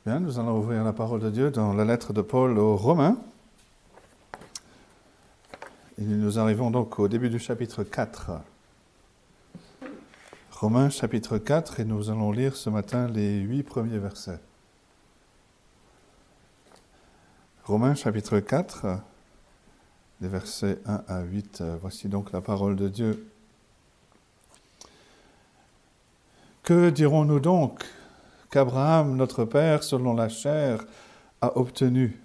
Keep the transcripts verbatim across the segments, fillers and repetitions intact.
Bien, nous allons ouvrir la parole de Dieu dans la lettre de Paul aux Romains. Et nous arrivons donc au début du chapitre quatre. Romains chapitre quatre, et nous allons lire ce matin les huit premiers versets. Romains chapitre quatre, les versets un à huit. Voici donc la parole de Dieu. Que dirons-nous donc qu'Abraham, notre père, selon la chair, a obtenu?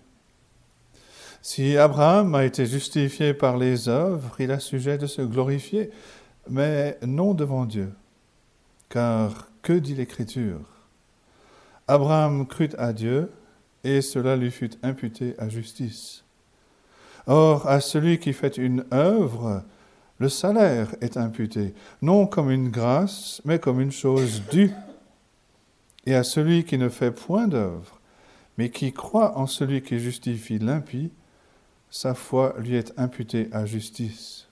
Si Abraham a été justifié par les œuvres, il a sujet de se glorifier, mais non devant Dieu. Car que dit l'Écriture? Abraham crut à Dieu, et cela lui fut imputé à justice. Or, à celui qui fait une œuvre, le salaire est imputé, non comme une grâce, mais comme une chose due. Et à celui qui ne fait point d'œuvre, mais qui croit en celui qui justifie l'impie, sa foi lui est imputée à justice.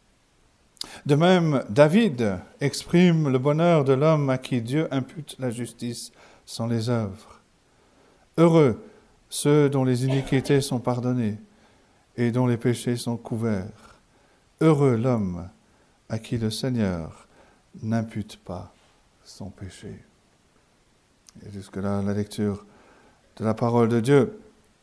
De même, David exprime le bonheur de l'homme à qui Dieu impute la justice sans les œuvres. Heureux ceux dont les iniquités sont pardonnées et dont les péchés sont couverts. Heureux l'homme à qui le Seigneur n'impute pas son péché. Et jusque-là, la lecture de la parole de Dieu.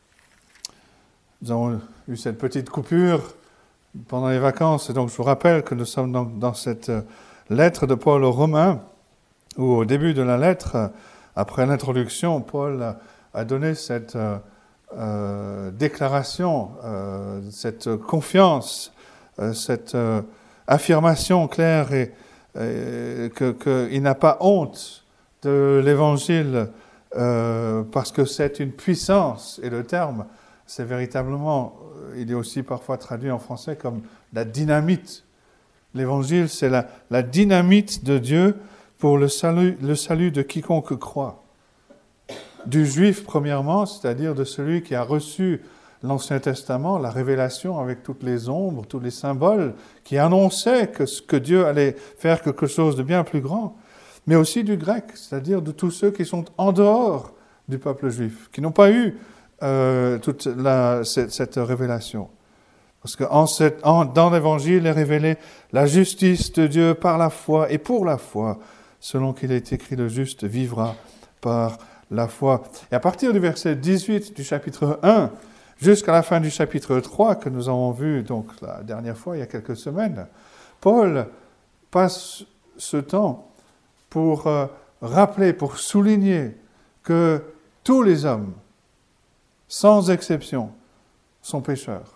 Nous avons eu cette petite coupure pendant les vacances, et donc je vous rappelle que nous sommes dans, dans cette lettre de Paul aux Romains, où au début de la lettre, après l'introduction, Paul a, a donné cette euh, euh, déclaration, euh, cette confiance, euh, cette euh, affirmation claire et, et que, qu'il n'a pas honte de l'Évangile, euh, parce que c'est une puissance, et le terme, c'est véritablement, il est aussi parfois traduit en français comme la dynamite. L'Évangile, c'est la, la dynamite de Dieu pour le salut, le salut de quiconque croit. Du juif, premièrement, c'est-à-dire de celui qui a reçu l'Ancien Testament, la révélation avec toutes les ombres, tous les symboles, qui annonçaient que, que Dieu allait faire quelque chose de bien plus grand, mais aussi du grec, c'est-à-dire de tous ceux qui sont en dehors du peuple juif, qui n'ont pas eu euh, toute la, cette, cette révélation. Parce que en cette, en, dans l'Évangile est révélée la justice de Dieu par la foi et pour la foi, selon qu'il est écrit, le juste vivra par la foi. Et à partir du verset dix-huit du chapitre un, jusqu'à la fin du chapitre trois, que nous avons vu donc la dernière fois, il y a quelques semaines, Paul passe ce temps pour euh, rappeler, pour souligner que tous les hommes, sans exception, sont pécheurs.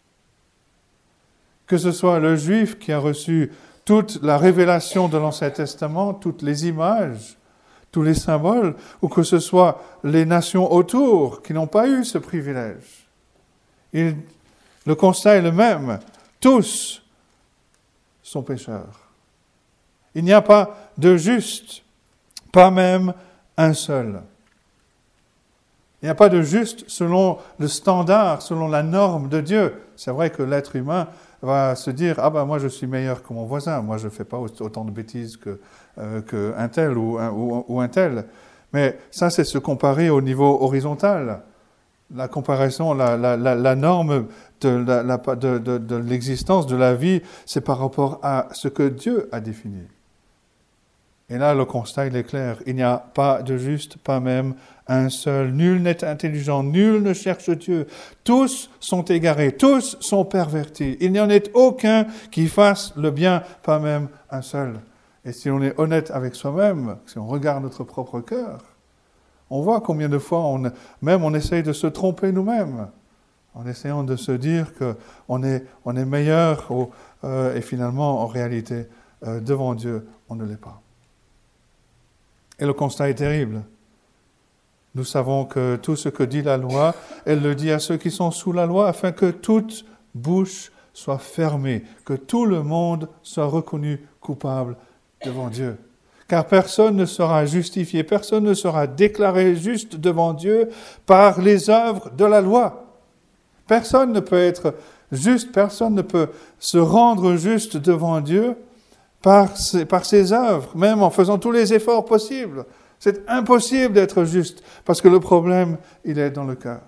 Que ce soit le juif qui a reçu toute la révélation de l'Ancien Testament, toutes les images, tous les symboles, ou que ce soit les nations autour qui n'ont pas eu ce privilège. Il, le constat est le même, tous sont pécheurs. Il n'y a pas de juste, pas même un seul. Il n'y a pas de juste selon le standard, selon la norme de Dieu. C'est vrai que l'être humain va se dire « Ah ben moi je suis meilleur que mon voisin, moi je ne fais pas autant de bêtises que, euh, qu'un tel ou un, ou, ou un tel. » Mais ça c'est se comparer au niveau horizontal. La comparaison, la, la, la, la norme de, la, la, de, de, de l'existence, de la vie, c'est par rapport à ce que Dieu a défini. Et là, le constat, il est clair. Il n'y a pas de juste, pas même un seul. Nul n'est intelligent, nul ne cherche Dieu. Tous sont égarés, tous sont pervertis. Il n'y en ait aucun qui fasse le bien, pas même un seul. Et si on est honnête avec soi-même, si on regarde notre propre cœur, on voit combien de fois, on, même on essaye de se tromper nous-mêmes, en essayant de se dire qu'on est, on est meilleur, au, euh, et finalement, en réalité, euh, devant Dieu, on ne l'est pas. Et le constat est terrible. Nous savons que tout ce que dit la loi, elle le dit à ceux qui sont sous la loi, afin que toute bouche soit fermée, que tout le monde soit reconnu coupable devant Dieu. Car personne ne sera justifié, personne ne sera déclaré juste devant Dieu par les œuvres de la loi. Personne ne peut être juste, personne ne peut se rendre juste devant Dieu par ses, par ses œuvres, même en faisant tous les efforts possibles. C'est impossible d'être juste, parce que le problème, il est dans le cœur.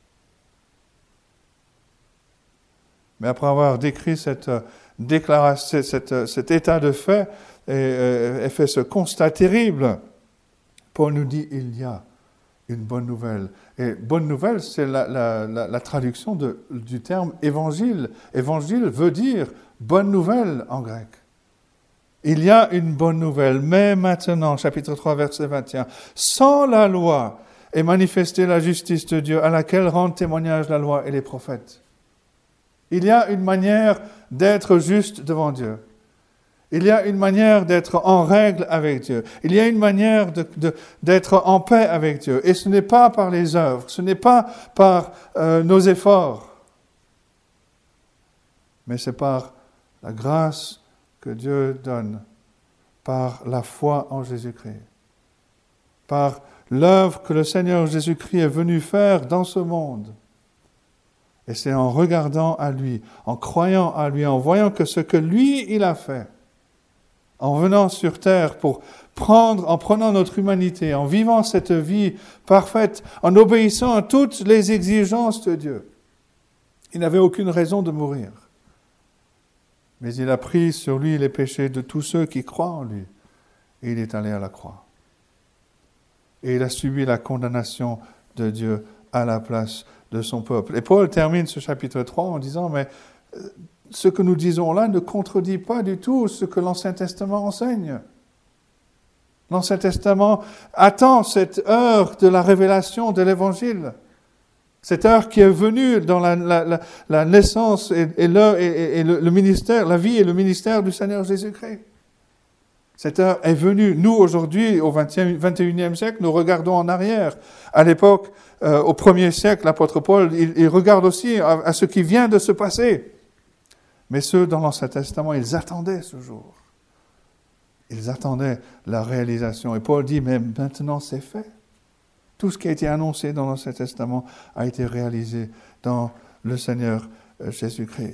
Mais après avoir décrit cette déclaration, cette, cet état de fait, et, et fait ce constat terrible, Paul nous dit, il y a une bonne nouvelle. Et bonne nouvelle, c'est la, la, la, la traduction de, du terme évangile. Évangile veut dire bonne nouvelle en grec. Il y a une bonne nouvelle, mais maintenant, chapitre trois, verset vingt et un, sans la loi est manifestée la justice de Dieu à laquelle rendent témoignage la loi et les prophètes. Il y a une manière d'être juste devant Dieu. Il y a une manière d'être en règle avec Dieu. Il y a une manière de, de, d'être en paix avec Dieu. Et ce n'est pas par les œuvres, ce n'est pas par euh, nos efforts, mais c'est par la grâce que Dieu donne, par la foi en Jésus-Christ, par l'œuvre que le Seigneur Jésus-Christ est venu faire dans ce monde. Et c'est en regardant à lui, en croyant à lui, en voyant que ce que lui, il a fait, en venant sur terre pour prendre, en prenant notre humanité, en vivant cette vie parfaite, en obéissant à toutes les exigences de Dieu. Il n'avait aucune raison de mourir. Mais il a pris sur lui les péchés de tous ceux qui croient en lui. Et il est allé à la croix. Et il a subi la condamnation de Dieu à la place de son peuple. Et Paul termine ce chapitre trois en disant, mais ce que nous disons là ne contredit pas du tout ce que l'Ancien Testament enseigne. L'Ancien Testament attend cette heure de la révélation de l'Évangile. Cette heure qui est venue dans la, la, la, la naissance et, et, le, et, et le, le ministère, la vie et le ministère du Seigneur Jésus-Christ. Cette heure est venue. Nous, aujourd'hui, au vingt et unième siècle, nous regardons en arrière. À l'époque, euh, au premier siècle, l'apôtre Paul, il, il regarde aussi à, à ce qui vient de se passer. Mais ceux dans l'Ancien Testament, ils attendaient ce jour. Ils attendaient la réalisation. Et Paul dit, mais maintenant c'est fait. Tout ce qui a été annoncé dans l'Ancien Testament a été réalisé dans le Seigneur Jésus-Christ.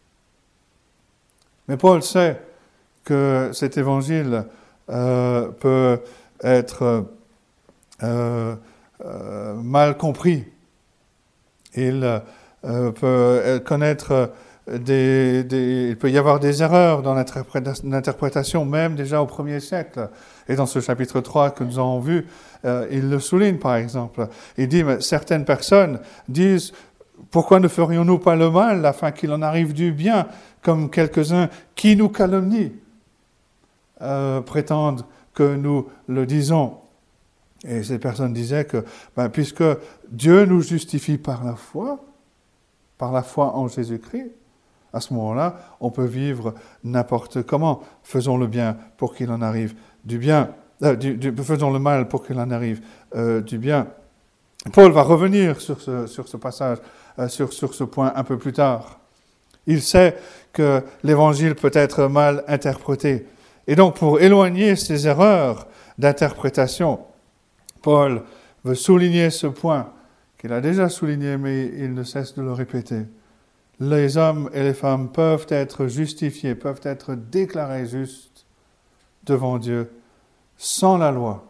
Mais Paul sait que cet évangile euh, peut être euh, euh, mal compris. Il euh, peut connaître des, des... Il peut y avoir des erreurs dans l'interprétation, même déjà au premier siècle. Et dans ce chapitre trois que nous avons vu, euh, il le souligne par exemple. Il dit, mais certaines personnes disent, pourquoi ne ferions-nous pas le mal afin qu'il en arrive du bien, comme quelques-uns qui nous calomnient, euh, prétendent que nous le disons. Et ces personnes disaient que, ben, puisque Dieu nous justifie par la foi, par la foi en Jésus-Christ, à ce moment-là, on peut vivre n'importe comment. Faisons le bien pour qu'il en arrive du bien. Euh, du, du, faisons le mal pour qu'il en arrive euh, du bien. Paul va revenir sur ce, sur ce passage, euh, sur, sur ce point un peu plus tard. Il sait que l'Évangile peut être mal interprété. Et donc, pour éloigner ces erreurs d'interprétation, Paul veut souligner ce point qu'il a déjà souligné, mais il ne cesse de le répéter. Les hommes et les femmes peuvent être justifiés, peuvent être déclarés justes devant Dieu sans la loi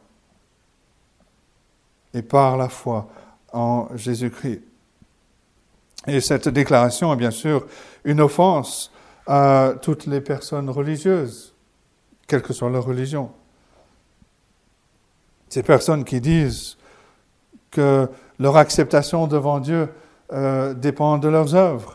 et par la foi en Jésus-Christ. Et cette déclaration est bien sûr une offense à toutes les personnes religieuses, quelle que soit leur religion. Ces personnes qui disent que leur acceptation devant Dieu euh, dépend de leurs œuvres,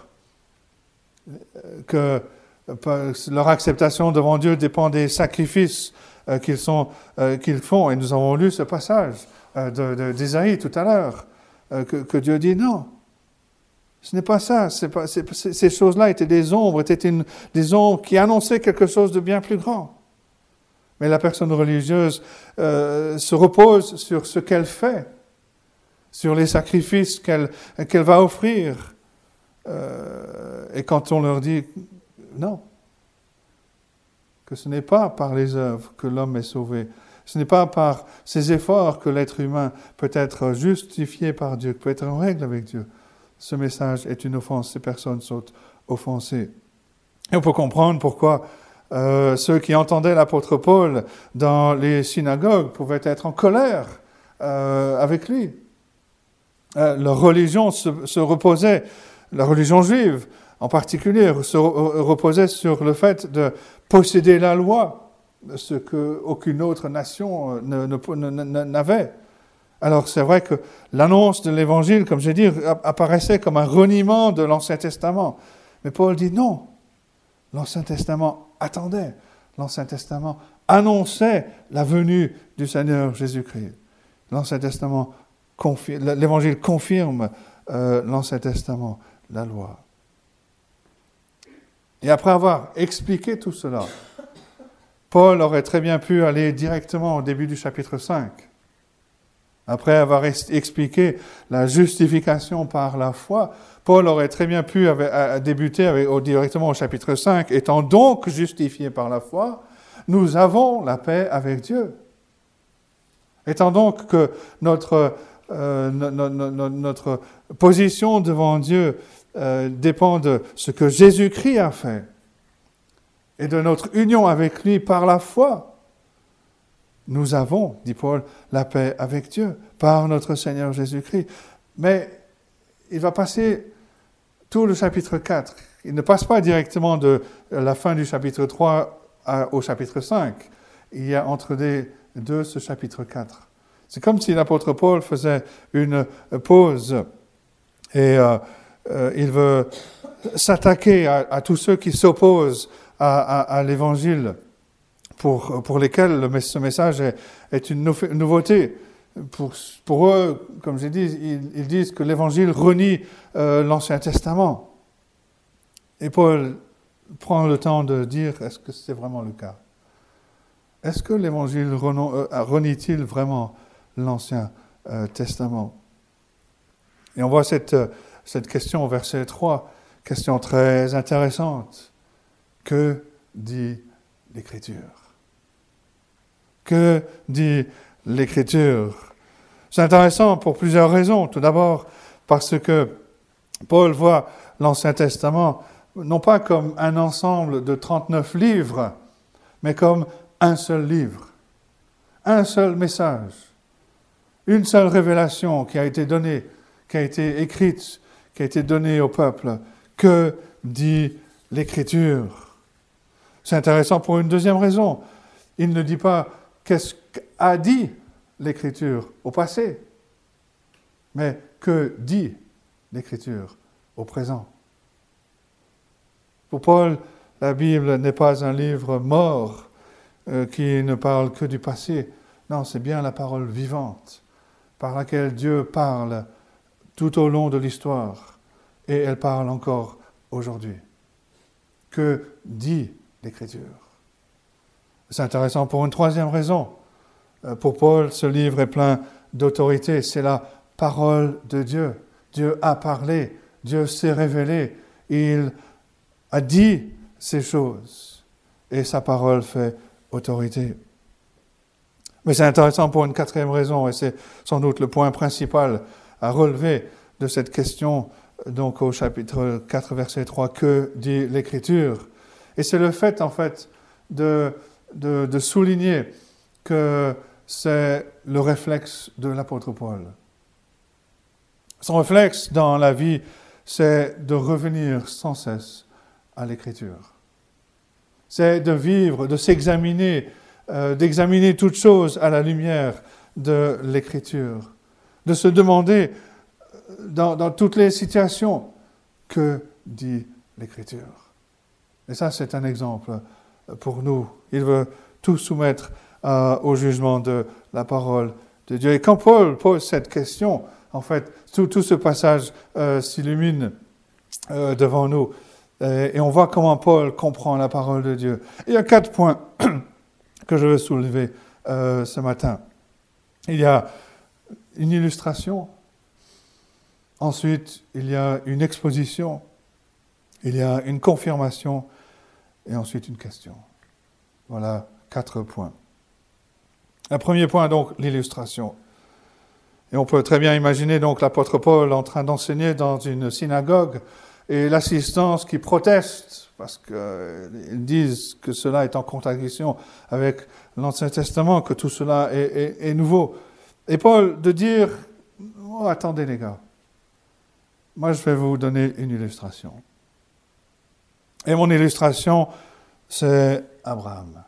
que leur acceptation devant Dieu dépend des sacrifices euh, qu'ils, sont, euh, qu'ils font. Et nous avons lu ce passage euh, de, de, d'Ésaïe tout à l'heure, euh, que, que Dieu dit non. Ce n'est pas ça. C'est pas, c'est, c'est, ces choses-là étaient des ombres, étaient une, des ombres qui annonçaient quelque chose de bien plus grand. Mais la personne religieuse euh, se repose sur ce qu'elle fait, sur les sacrifices qu'elle, qu'elle va offrir. Euh, et quand on leur dit non, que ce n'est pas par les œuvres que l'homme est sauvé, ce n'est pas par ses efforts que l'être humain peut être justifié par Dieu, peut être en règle avec Dieu, ce message est une offense, ces personnes sont offensées. Et on peut comprendre pourquoi Euh, ceux qui entendaient l'apôtre Paul dans les synagogues pouvaient être en colère euh, avec lui. Euh, leur religion se, se reposait, la religion juive en particulier, se reposait sur le fait de posséder la loi, ce qu'aucune autre nation ne, ne, ne, n'avait. Alors c'est vrai que l'annonce de l'Évangile, comme j'ai dit, apparaissait comme un reniement de l'Ancien Testament. Mais Paul dit non, l'Ancien Testament attendait, l'Ancien Testament annonçait la venue du Seigneur Jésus-Christ. L'Ancien Testament, confirme, l'Évangile confirme euh, l'Ancien Testament, la loi. Et après avoir expliqué tout cela, Paul aurait très bien pu aller directement au début du chapitre cinq. Après avoir expliqué la justification par la foi, Paul aurait très bien pu débuter avec, directement au chapitre cinq. Étant donc justifiés par la foi, nous avons la paix avec Dieu. Étant donc que notre, euh, no, no, no, notre position devant Dieu euh, dépend de ce que Jésus-Christ a fait et de notre union avec lui par la foi, nous avons, dit Paul, la paix avec Dieu par notre Seigneur Jésus-Christ. Mais il va passer tout le chapitre quatre. Il ne passe pas directement de la fin du chapitre trois à, au chapitre cinq. Il y a entre les deux ce chapitre quatre. C'est comme si l'apôtre Paul faisait une pause et euh, euh, il veut s'attaquer à, à tous ceux qui s'opposent à, à, à l'Évangile, pour, pour lesquels le, ce message est, est une nouveauté. Pour, pour eux, comme j'ai dit, ils, ils disent que l'Évangile renie euh, l'Ancien Testament. Et Paul prend le temps de dire, est-ce que c'est vraiment le cas? Est-ce que l'Évangile renie-t-il vraiment l'Ancien euh, Testament? Et on voit cette, cette question au verset trois, question très intéressante. Que dit l'Écriture? Que dit l'Écriture? C'est intéressant pour plusieurs raisons. Tout d'abord, parce que Paul voit l'Ancien Testament non pas comme un ensemble de trente-neuf livres, mais comme un seul livre, un seul message, une seule révélation qui a été donnée, qui a été écrite, qui a été donnée au peuple. Que dit l'Écriture? C'est intéressant pour une deuxième raison. Il ne dit pas qu'est-ce qu'a dit l'Écriture au passé, mais que dit l'Écriture au présent. Pour Paul, la Bible n'est pas un livre mort euh, qui ne parle que du passé. Non, c'est bien la parole vivante par laquelle Dieu parle tout au long de l'histoire et elle parle encore aujourd'hui. Que dit l'Écriture? C'est intéressant pour une troisième raison. Pour Paul, ce livre est plein d'autorité. C'est la parole de Dieu. Dieu a parlé, Dieu s'est révélé. Il a dit ces choses et sa parole fait autorité. Mais c'est intéressant pour une quatrième raison, et c'est sans doute le point principal à relever de cette question, donc au chapitre quatre, verset trois, que dit l'Écriture? Et c'est le fait, en fait, de, de, de souligner que c'est le réflexe de l'apôtre Paul. Son réflexe dans la vie, c'est de revenir sans cesse à l'Écriture. C'est de vivre, de s'examiner, euh, d'examiner toutes choses à la lumière de l'Écriture. De se demander, dans, dans toutes les situations, que dit l'Écriture? Et ça, c'est un exemple pour nous. Il veut tout soumettre euh, au jugement de la parole de Dieu. Et quand Paul pose cette question, en fait, tout, tout ce passage euh, s'illumine euh, devant nous. Et, et on voit comment Paul comprend la parole de Dieu. Et il y a quatre points que je veux soulever euh, ce matin. Il y a une illustration. Ensuite, il y a une exposition. Il y a une confirmation. Et ensuite, une question. Voilà quatre points. Le premier point, donc, l'illustration. Et on peut très bien imaginer donc l'apôtre Paul en train d'enseigner dans une synagogue et l'assistance qui proteste parce qu'ils disent que cela est en contradiction avec l'Ancien Testament, que tout cela est, est, est nouveau. Et Paul de dire, oh, attendez les gars, moi je vais vous donner une illustration. Et mon illustration, c'est Abraham.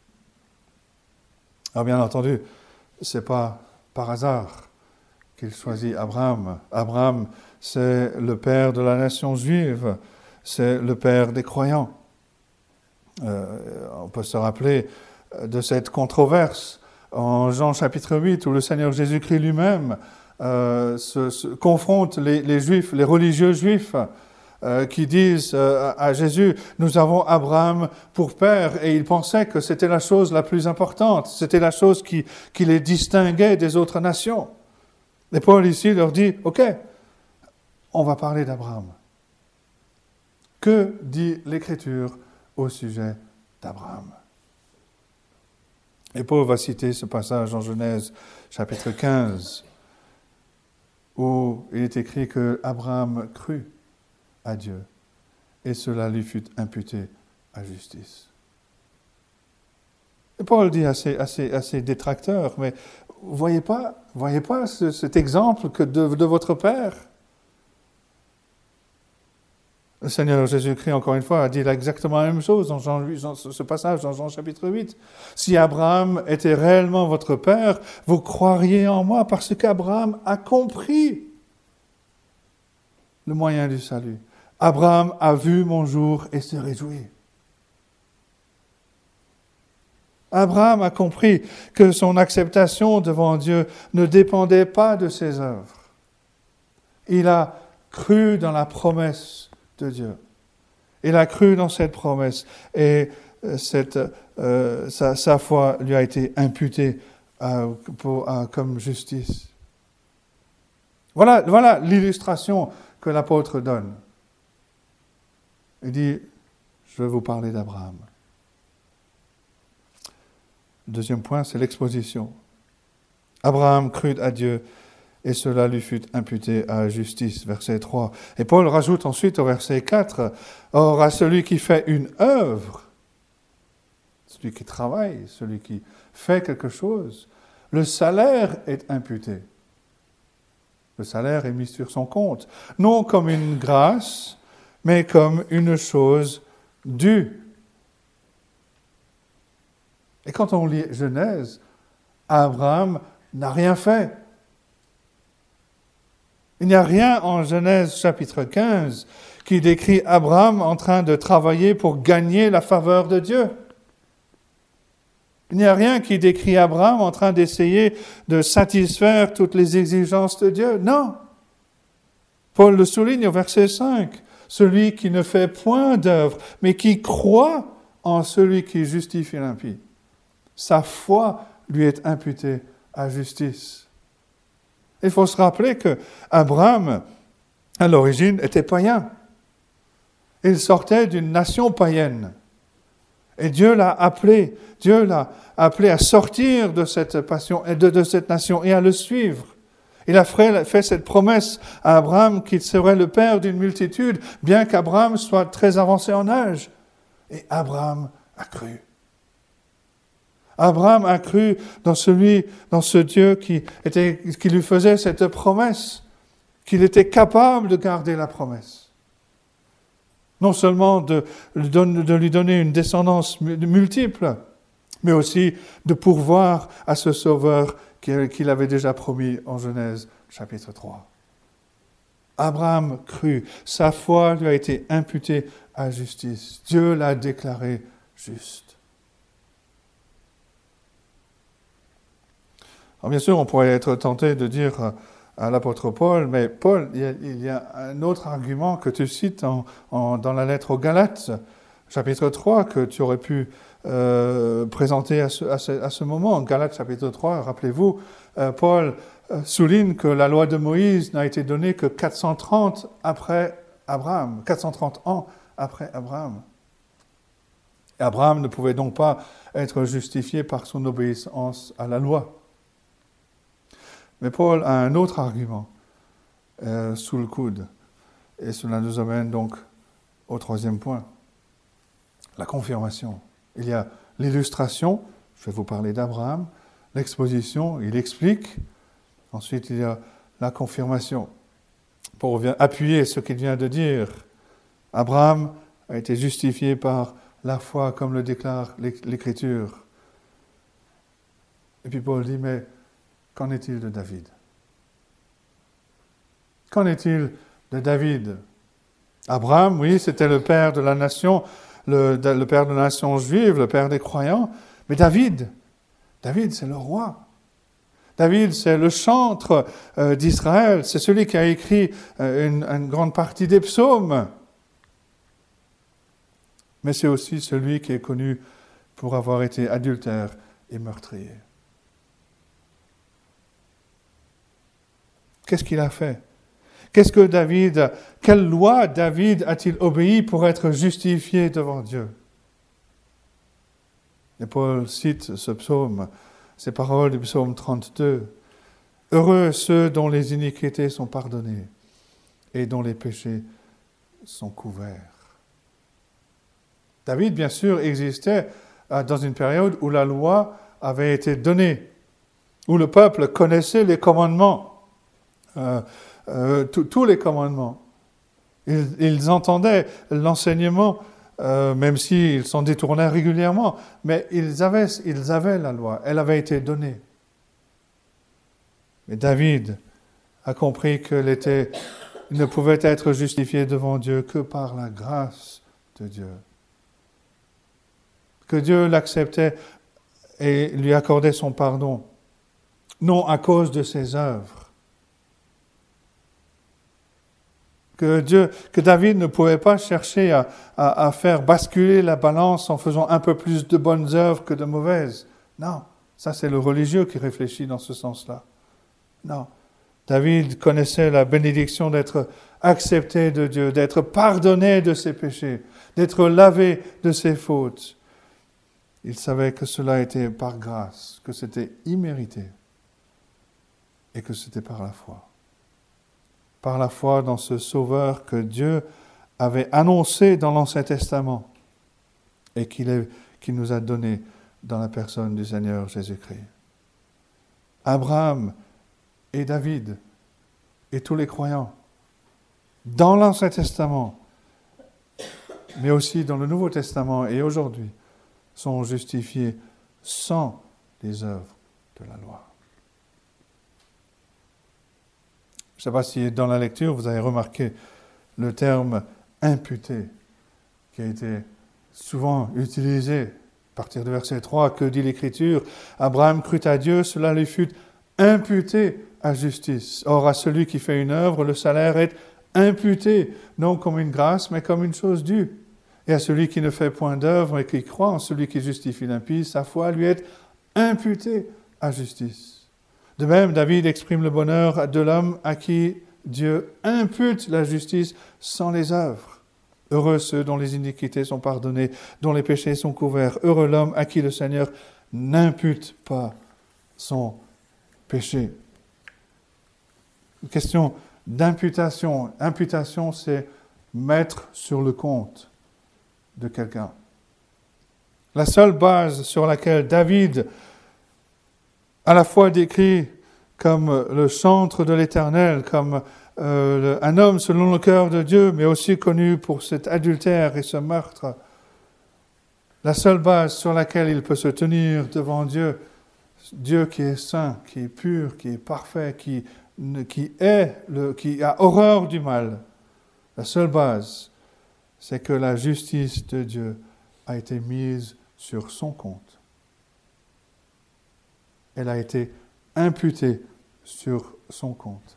Alors bien entendu, ce n'est pas par hasard qu'il choisit Abraham. Abraham, c'est le père de la nation juive, c'est le père des croyants. Euh, on peut se rappeler de cette controverse en Jean chapitre huit, où le Seigneur Jésus-Christ lui-même euh, se, se confronte les, les juifs, les religieux juifs, euh, qui disent euh, à Jésus, nous avons Abraham pour père, et ils pensaient que c'était la chose la plus importante, c'était la chose qui, qui les distinguait des autres nations. Et Paul ici leur dit, ok, on va parler d'Abraham. Que dit l'Écriture au sujet d'Abraham? Et Paul va citer ce passage en Genèse chapitre quinze, où il est écrit que Abraham crut à Dieu, et cela lui fut imputé à justice. Et Paul dit à ses, à ses, à ses détracteurs, mais vous ne voyez pas, voyez pas ce, cet exemple que de, de votre Père? Le Seigneur Jésus-Christ, encore une fois, a dit exactement la même chose dans, Jean, dans ce passage dans Jean chapitre huit. Si Abraham était réellement votre Père, vous croiriez en moi parce qu'Abraham a compris le moyen du salut. Abraham a vu mon jour et se réjouit. Abraham a compris que son acceptation devant Dieu ne dépendait pas de ses œuvres. Il a cru dans la promesse de Dieu. Il a cru dans cette promesse et cette, euh, sa, sa foi lui a été imputée à, pour, à, comme justice. Voilà, voilà l'illustration que l'apôtre donne. Il dit, je vais vous parler d'Abraham. Deuxième point, c'est l'exposition. Abraham crut à Dieu et cela lui fut imputé à justice, verset trois. Et Paul rajoute ensuite au verset quatre, « Or à celui qui fait une œuvre, celui qui travaille, celui qui fait quelque chose, le salaire est imputé. » Le salaire est mis sur son compte, non comme une grâce, mais comme une chose due. Et quand on lit Genèse, Abraham n'a rien fait. Il n'y a rien en Genèse chapitre quinze qui décrit Abraham en train de travailler pour gagner la faveur de Dieu. Il n'y a rien qui décrit Abraham en train d'essayer de satisfaire toutes les exigences de Dieu. Non. Paul le souligne au verset cinq. Celui qui ne fait point d'œuvre, mais qui croit en celui qui justifie l'impie. Sa foi lui est imputée à justice. Il faut se rappeler que Abraham, à l'origine, était païen. Il sortait d'une nation païenne. Et Dieu l'a appelé, Dieu l'a appelé à sortir de cette passion, de, de cette nation et à le suivre. Il a fait, fait cette promesse à Abraham qu'il serait le père d'une multitude, bien qu'Abraham soit très avancé en âge. Et Abraham a cru. Abraham a cru dans celui, dans ce Dieu qui, était, qui lui faisait cette promesse, qu'il était capable de garder la promesse. Non seulement de, de lui donner une descendance multiple, mais aussi de pourvoir à ce Sauveur qu'il avait déjà promis en Genèse chapitre trois. Abraham crut, sa foi lui a été imputée à justice. Dieu l'a déclaré juste. Alors bien sûr, on pourrait être tenté de dire à l'apôtre Paul, mais Paul, il y a, il y a un autre argument que tu cites en, en, dans la lettre aux Galates, chapitre trois, que tu aurais pu euh, présenter à ce, à, ce, à ce moment. En Galates, chapitre trois, rappelez-vous, euh, Paul euh, souligne que la loi de Moïse n'a été donnée que quatre cent trente après Abraham, quatre cent trente ans après Abraham. Et Abraham ne pouvait donc pas être justifié par son obéissance à la loi. Mais Paul a un autre argument euh, sous le coude. Et cela nous amène donc au troisième point. la confirmation. Il y a l'illustration, je vais vous parler d'Abraham, l'exposition, il explique. Ensuite, il y a la confirmation. Pour appuyer ce qu'il vient de dire, Abraham a été justifié par la foi, comme le déclare l'Écriture. Et puis Paul dit, mais qu'en est-il de David? Qu'en est-il de David? Abraham, oui, c'était le père de la nation, le, le père de la nation juive, le père des croyants. Mais David, David, c'est le roi. David, c'est le chantre euh, d'Israël. C'est celui qui a écrit euh, une, une grande partie des psaumes. Mais c'est aussi celui qui est connu pour avoir été adultère et meurtrier. Qu'est-ce qu'il a fait? Qu'est-ce que David, quelle loi David a-t-il obéi pour être justifié devant Dieu? Et Paul cite ce psaume, ces paroles du psaume trente-deux. « Heureux ceux dont les iniquités sont pardonnées et dont les péchés sont couverts. » David, bien sûr, existait dans une période où la loi avait été donnée, où le peuple connaissait les commandements, euh, euh, tous les commandements. Ils, ils entendaient l'enseignement, euh, même s'ils s'en détournaient régulièrement, mais ils avaient, ils avaient la loi, elle avait été donnée. Mais David a compris qu'il était, il ne pouvait être justifié devant Dieu que par la grâce de Dieu. Que Dieu l'acceptait et lui accordait son pardon, non à cause de ses œuvres. Que Dieu, que David ne pouvait pas chercher à, à, à faire basculer la balance en faisant un peu plus de bonnes œuvres que de mauvaises. Non, ça c'est le religieux qui réfléchit dans ce sens-là. Non, David connaissait la bénédiction d'être accepté de Dieu, d'être pardonné de ses péchés, d'être lavé de ses fautes. Il savait que cela était par grâce, que c'était immérité et que c'était par la foi. Par la foi dans ce Sauveur que Dieu avait annoncé dans l'Ancien Testament et qu'il, est, qu'il nous a donné dans la personne du Seigneur Jésus-Christ. Abraham et David et tous les croyants, dans l'Ancien Testament, mais aussi dans le Nouveau Testament et aujourd'hui, sont justifiés sans les œuvres de la loi. Je ne sais pas si dans la lecture vous avez remarqué le terme « imputé » qui a été souvent utilisé. À partir du verset trois, que dit l'Écriture? « Abraham crut à Dieu, cela lui fut imputé à justice. Or, à celui qui fait une œuvre, le salaire est imputé, non comme une grâce, mais comme une chose due. Et à celui qui ne fait point d'œuvre et qui croit en celui qui justifie l'impie, sa foi lui est imputée à justice. » De même, David exprime le bonheur de l'homme à qui Dieu impute la justice sans les œuvres. Heureux ceux dont les iniquités sont pardonnées, dont les péchés sont couverts. Heureux l'homme à qui le Seigneur n'impute pas son péché. Une question d'imputation. Imputation, c'est mettre sur le compte de quelqu'un. La seule base sur laquelle David, à la fois décrit comme le chantre de l'Éternel, comme euh, le, un homme selon le cœur de Dieu, mais aussi connu pour cet adultère et ce meurtre, la seule base sur laquelle il peut se tenir devant Dieu, Dieu qui est saint, qui est pur, qui est parfait, qui, qui, est le, qui a horreur du mal, la seule base, c'est que la justice de Dieu a été mise sur son compte. Elle a été imputée sur son compte.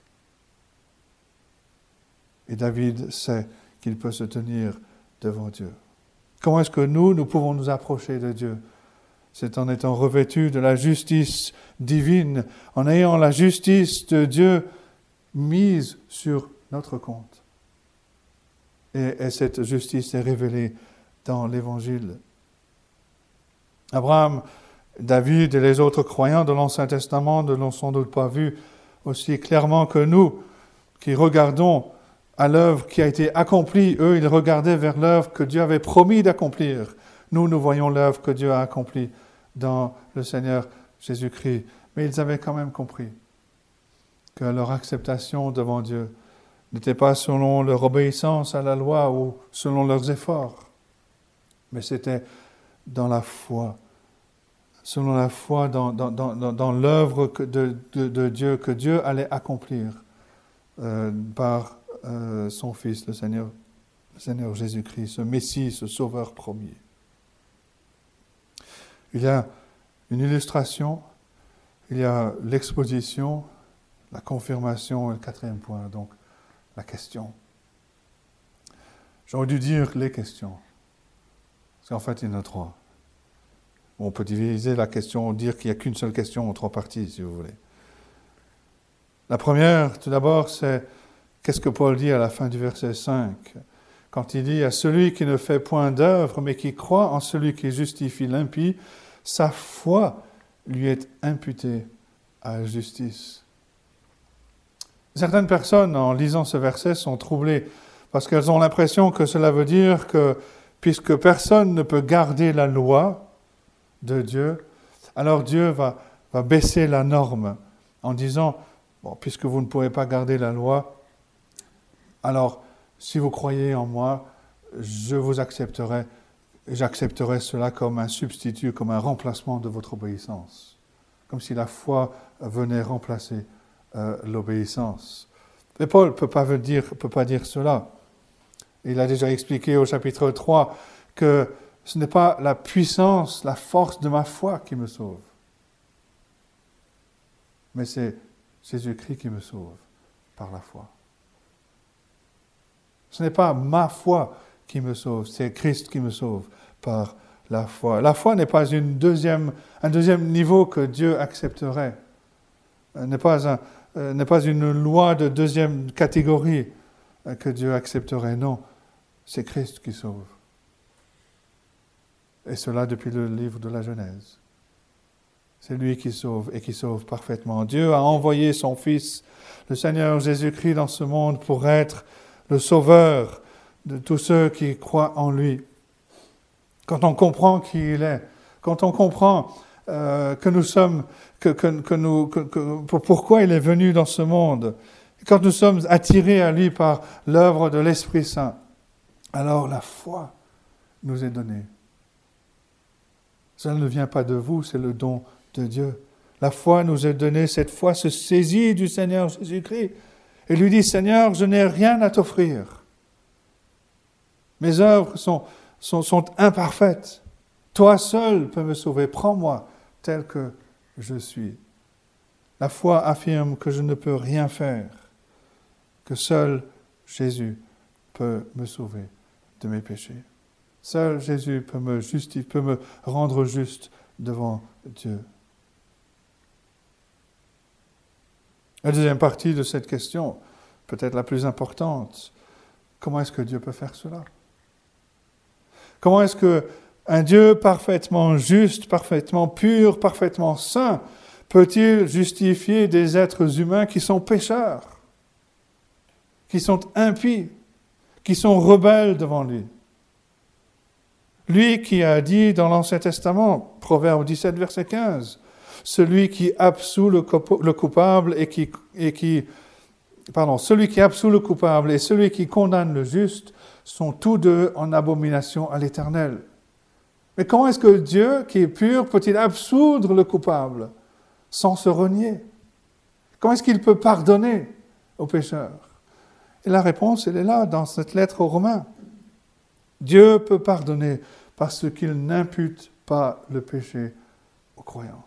Et David sait qu'il peut se tenir devant Dieu. Comment est-ce que nous, nous pouvons nous approcher de Dieu? C'est en étant revêtus de la justice divine, en ayant la justice de Dieu mise sur notre compte. Et, et cette justice est révélée dans l'Évangile. Abraham, David et les autres croyants de l'Ancien Testament ne l'ont sans doute pas vu aussi clairement que nous, qui regardons à l'œuvre qui a été accomplie. Eux, ils regardaient vers l'œuvre que Dieu avait promis d'accomplir. Nous, nous voyons l'œuvre que Dieu a accomplie dans le Seigneur Jésus-Christ. Mais ils avaient quand même compris que leur acceptation devant Dieu n'était pas selon leur obéissance à la loi ou selon leurs efforts, mais c'était dans la foi, selon la foi dans, dans, dans, dans l'œuvre de, de, de Dieu, que Dieu allait accomplir euh, par euh, son Fils, le Seigneur, le Seigneur Jésus-Christ, ce Messie, ce Sauveur promis. Il y a une illustration, il y a l'exposition, la confirmation et le quatrième point, donc la question. J'aurais dû dire les questions, parce qu'en fait il y en a trois. On peut diviser la question, dire qu'il n'y a qu'une seule question en trois parties, si vous voulez. La première, tout d'abord, c'est qu'est-ce que Paul dit à la fin du verset cinq, quand il dit « À celui qui ne fait point d'œuvre, mais qui croit en celui qui justifie l'impie, sa foi lui est imputée à justice. » Certaines personnes, en lisant ce verset, sont troublées parce qu'elles ont l'impression que cela veut dire que puisque personne ne peut garder la loi de Dieu, alors Dieu va, va baisser la norme en disant « Bon, puisque vous ne pouvez pas garder la loi, alors si vous croyez en moi, je vous accepterai, j'accepterai cela comme un substitut, comme un remplacement de votre obéissance. » Comme si la foi venait remplacer euh, l'obéissance. Mais Paul ne peut pas dire, peut pas dire cela. Il a déjà expliqué au chapitre trois que ce n'est pas la puissance, la force de ma foi qui me sauve, mais c'est Jésus-Christ qui me sauve par la foi. Ce n'est pas ma foi qui me sauve, c'est Christ qui me sauve par la foi. La foi n'est pas une deuxième, un deuxième niveau que Dieu accepterait, n'est pas, un, euh, n'est pas une loi de deuxième catégorie que Dieu accepterait, non, c'est Christ qui sauve. Et cela depuis le livre de la Genèse. C'est lui qui sauve et qui sauve parfaitement. Dieu a envoyé son Fils, le Seigneur Jésus-Christ, dans ce monde pour être le sauveur de tous ceux qui croient en lui. Quand on comprend qui il est, quand on comprend euh, que nous sommes, que, que, que nous, que, que, pourquoi il est venu dans ce monde, quand nous sommes attirés à lui par l'œuvre de l'Esprit Saint, alors la foi nous est donnée. Ça ne vient pas de vous, c'est le don de Dieu. La foi nous est donnée, cette foi se saisit du Seigneur Jésus-Christ et lui dit « Seigneur, je n'ai rien à t'offrir. Mes œuvres sont, sont, sont imparfaites. Toi seul peux me sauver. Prends-moi tel que je suis. » La foi affirme que je ne peux rien faire, que seul Jésus peut me sauver de mes péchés. Seul Jésus peut me justifier, peut me rendre juste devant Dieu. La deuxième partie de cette question, peut-être la plus importante, comment est-ce que Dieu peut faire cela? Comment est-ce qu'un Dieu parfaitement juste, parfaitement pur, parfaitement saint, peut-il justifier des êtres humains qui sont pécheurs, qui sont impies, qui sont rebelles devant lui? Lui qui a dit dans l'Ancien Testament, Proverbe dix-sept, verset quinze, « Celui qui absout le coupable et qui, et qui, pardon, celui qui absout le coupable et celui qui condamne le juste sont tous deux en abomination à l'Éternel. » Mais comment est-ce que Dieu, qui est pur, peut-il absoudre le coupable sans se renier? Comment est-ce qu'il peut pardonner aux pécheurs? Et la réponse, elle est là, dans cette lettre aux Romains. Dieu peut pardonner parce qu'il n'impute pas le péché aux croyants.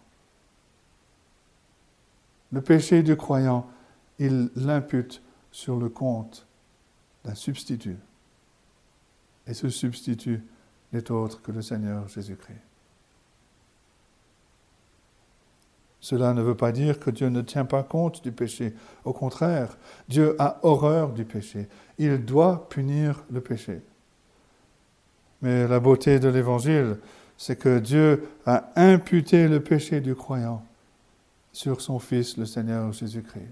Le péché du croyant, il l'impute sur le compte d'un substitut. Et ce substitut n'est autre que le Seigneur Jésus-Christ. Cela ne veut pas dire que Dieu ne tient pas compte du péché. Au contraire, Dieu a horreur du péché. Il doit punir le péché. Mais la beauté de l'Évangile, c'est que Dieu a imputé le péché du croyant sur son Fils, le Seigneur Jésus-Christ.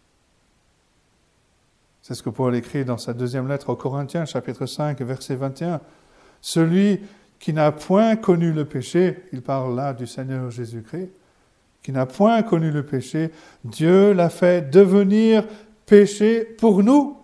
C'est ce que Paul écrit dans sa deuxième lettre aux Corinthiens, chapitre cinq, verset vingt et un. « Celui qui n'a point connu le péché, il parle là du Seigneur Jésus-Christ, qui n'a point connu le péché, Dieu l'a fait devenir péché pour nous,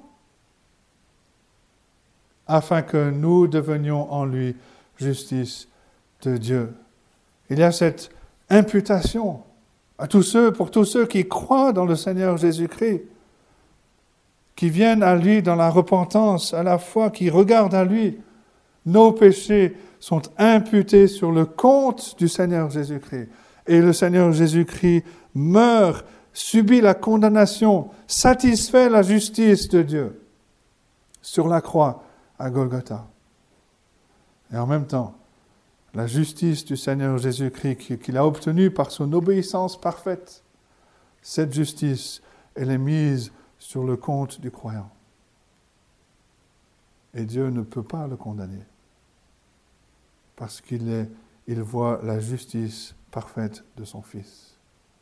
afin que nous devenions en lui justice de Dieu. Il y a cette imputation à tous ceux, pour tous ceux qui croient dans le Seigneur Jésus-Christ, qui viennent à lui dans la repentance, à la foi, qui regardent à lui. Nos péchés sont imputés sur le compte du Seigneur Jésus-Christ. Et le Seigneur Jésus-Christ meurt, subit la condamnation, satisfait la justice de Dieu sur la croix à Golgotha. Et en même temps, la justice du Seigneur Jésus-Christ qu'il a obtenue par son obéissance parfaite, cette justice, elle est mise sur le compte du croyant. Et Dieu ne peut pas le condamner, parce qu'il est, il voit la justice parfaite de son Fils.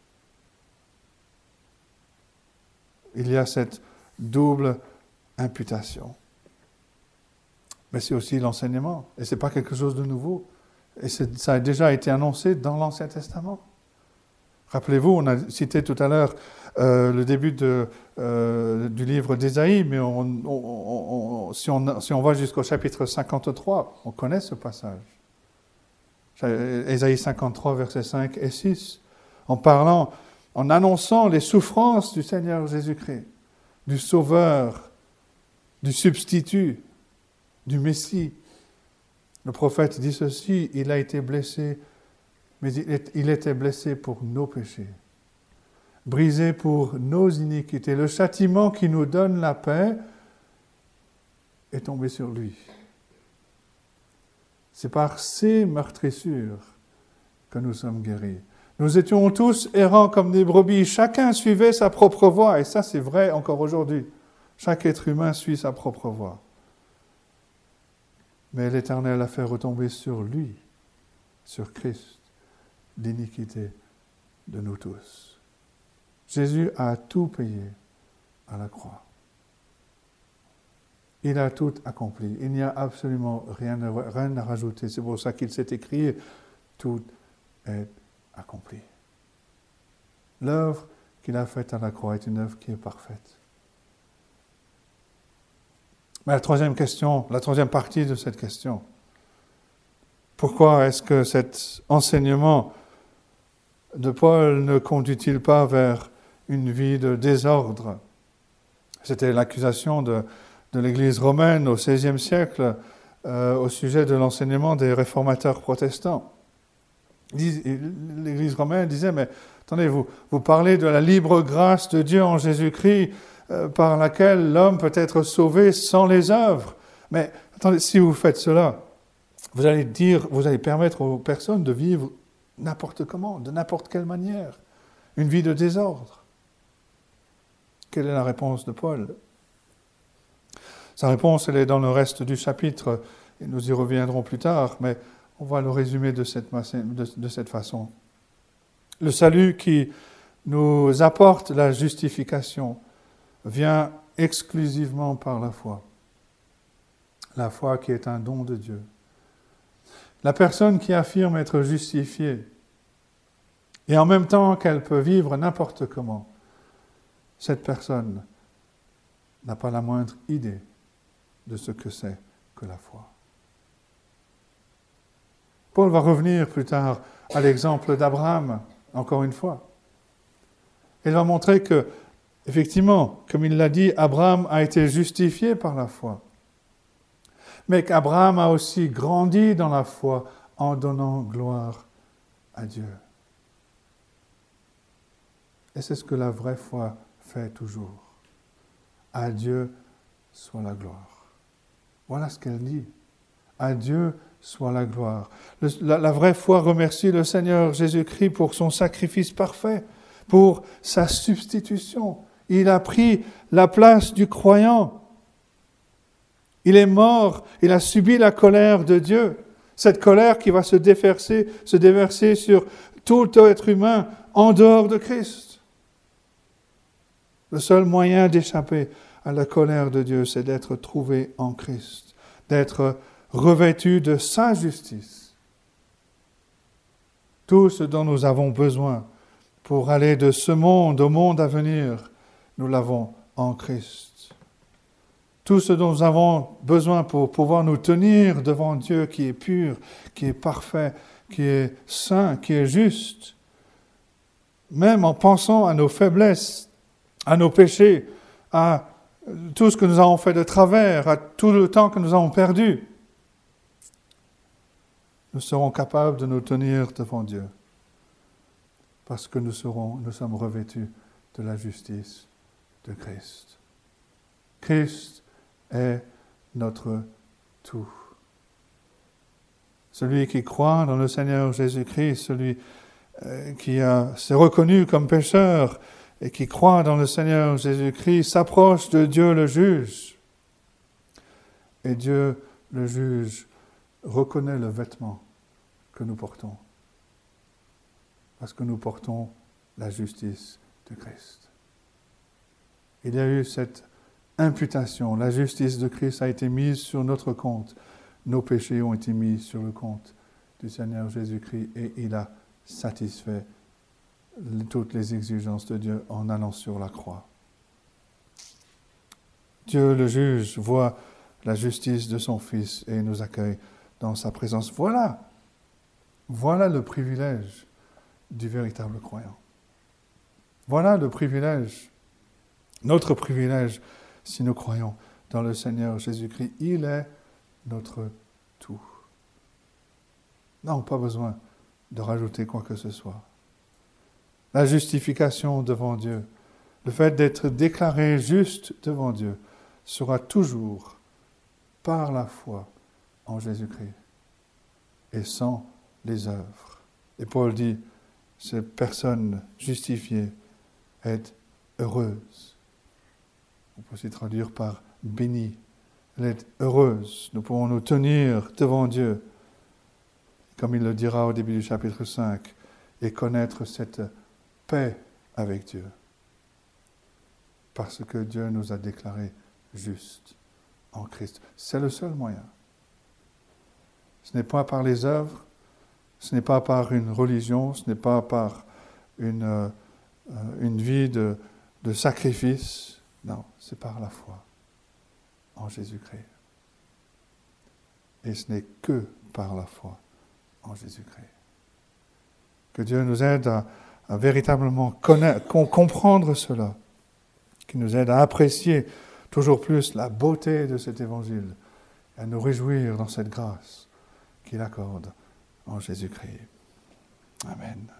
Il y a cette double imputation. Mais c'est aussi l'enseignement, et ce n'est pas quelque chose de nouveau. Et ça a déjà été annoncé dans l'Ancien Testament. Rappelez-vous, on a cité tout à l'heure euh, le début de, euh, du livre d'Ésaïe, mais on, on, on, si, on, si on va jusqu'au chapitre cinquante-trois, on connaît ce passage. Ésaïe cinquante-trois, versets cinq et six, en parlant, en annonçant les souffrances du Seigneur Jésus-Christ, du Sauveur, du substitut, du Messie. Le prophète dit ceci, il a été blessé, mais il était blessé pour nos péchés, brisé pour nos iniquités. Le châtiment qui nous donne la paix est tombé sur lui. C'est par ses meurtrissures que nous sommes guéris. Nous étions tous errants comme des brebis, chacun suivait sa propre voie, et ça c'est vrai encore aujourd'hui. Chaque être humain suit sa propre voie. Mais l'Éternel a fait retomber sur lui, sur Christ, l'iniquité de nous tous. Jésus a tout payé à la croix. Il a tout accompli. Il n'y a absolument rien à, rien à rajouter. C'est pour ça qu'il s'est écrit « Tout est accompli ». L'œuvre qu'il a faite à la croix est une œuvre qui est parfaite. Mais la troisième question, la troisième partie de cette question, pourquoi est-ce que cet enseignement de Paul ne conduit-il pas vers une vie de désordre? C'était l'accusation de, de l'Église romaine au seizième siècle euh, au sujet de l'enseignement des réformateurs protestants. L'Église romaine disait, mais attendez, vous, vous parlez de la libre grâce de Dieu en Jésus-Christ, par laquelle l'homme peut être sauvé sans les œuvres. Mais attendez, si vous faites cela, vous allez dire, vous allez permettre aux personnes de vivre n'importe comment, de n'importe quelle manière, une vie de désordre. Quelle est la réponse de Paul? Sa réponse, elle est dans le reste du chapitre, et nous y reviendrons plus tard, mais on va le résumer de cette, de, de cette façon. Le salut qui nous apporte la justification vient exclusivement par la foi. La foi qui est un don de Dieu. La personne qui affirme être justifiée et en même temps qu'elle peut vivre n'importe comment, cette personne n'a pas la moindre idée de ce que c'est que la foi. Paul va revenir plus tard à l'exemple d'Abraham, encore une fois. Il va montrer que effectivement, comme il l'a dit, Abraham a été justifié par la foi. Mais qu'Abraham a aussi grandi dans la foi en donnant gloire à Dieu. Et c'est ce que la vraie foi fait toujours. À Dieu soit la gloire. Voilà ce qu'elle dit. À Dieu soit la gloire. Le, la, la vraie foi remercie le Seigneur Jésus-Christ pour son sacrifice parfait, pour sa substitution. Il a pris la place du croyant. Il est mort, il a subi la colère de Dieu. Cette colère qui va se déverser, se déverser sur tout être humain en dehors de Christ. Le seul moyen d'échapper à la colère de Dieu, c'est d'être trouvé en Christ, d'être revêtus de sa justice. Tout ce dont nous avons besoin pour aller de ce monde au monde à venir, nous l'avons en Christ. Tout ce dont nous avons besoin pour pouvoir nous tenir devant Dieu qui est pur, qui est parfait, qui est saint, qui est juste, même en pensant à nos faiblesses, à nos péchés, à tout ce que nous avons fait de travers, à tout le temps que nous avons perdu, nous serons capables de nous tenir devant Dieu parce que nous, serons, nous sommes revêtus de la justice de Christ. Christ est notre tout. Celui qui croit dans le Seigneur Jésus-Christ, celui euh, qui a, s'est reconnu comme pécheur et qui croit dans le Seigneur Jésus-Christ, s'approche de Dieu le juge. Et Dieu le juge reconnaît le vêtement que nous portons, parce que nous portons la justice de Christ. Il y a eu cette imputation, la justice de Christ a été mise sur notre compte, nos péchés ont été mis sur le compte du Seigneur Jésus-Christ et il a satisfait toutes les exigences de Dieu en allant sur la croix. Dieu le juge voit la justice de son Fils et nous accueille dans sa présence. Voilà, voilà le privilège du véritable croyant. Voilà le privilège, notre privilège, si nous croyons dans le Seigneur Jésus-Christ. Il est notre tout. Nous n'avons pas besoin de rajouter quoi que ce soit. La justification devant Dieu, le fait d'être déclaré juste devant Dieu, sera toujours par la foi en Jésus-Christ et sans les œuvres. Et Paul dit, cette personne justifiée est heureuse. On peut aussi traduire par bénie. Elle est heureuse. Nous pouvons nous tenir devant Dieu, comme il le dira au début du chapitre cinq, et connaître cette paix avec Dieu. Parce que Dieu nous a déclarés justes en Christ. C'est le seul moyen. Ce n'est pas par les œuvres, ce n'est pas par une religion, ce n'est pas par une, euh, une vie de, de sacrifice. Non, c'est par la foi en Jésus-Christ. Et ce n'est que par la foi en Jésus-Christ. Que Dieu nous aide à, à véritablement connaître, comprendre cela, qu'il nous aide à apprécier toujours plus la beauté de cet évangile, et à nous réjouir dans cette grâce qu'il accorde en Jésus-Christ. Amen.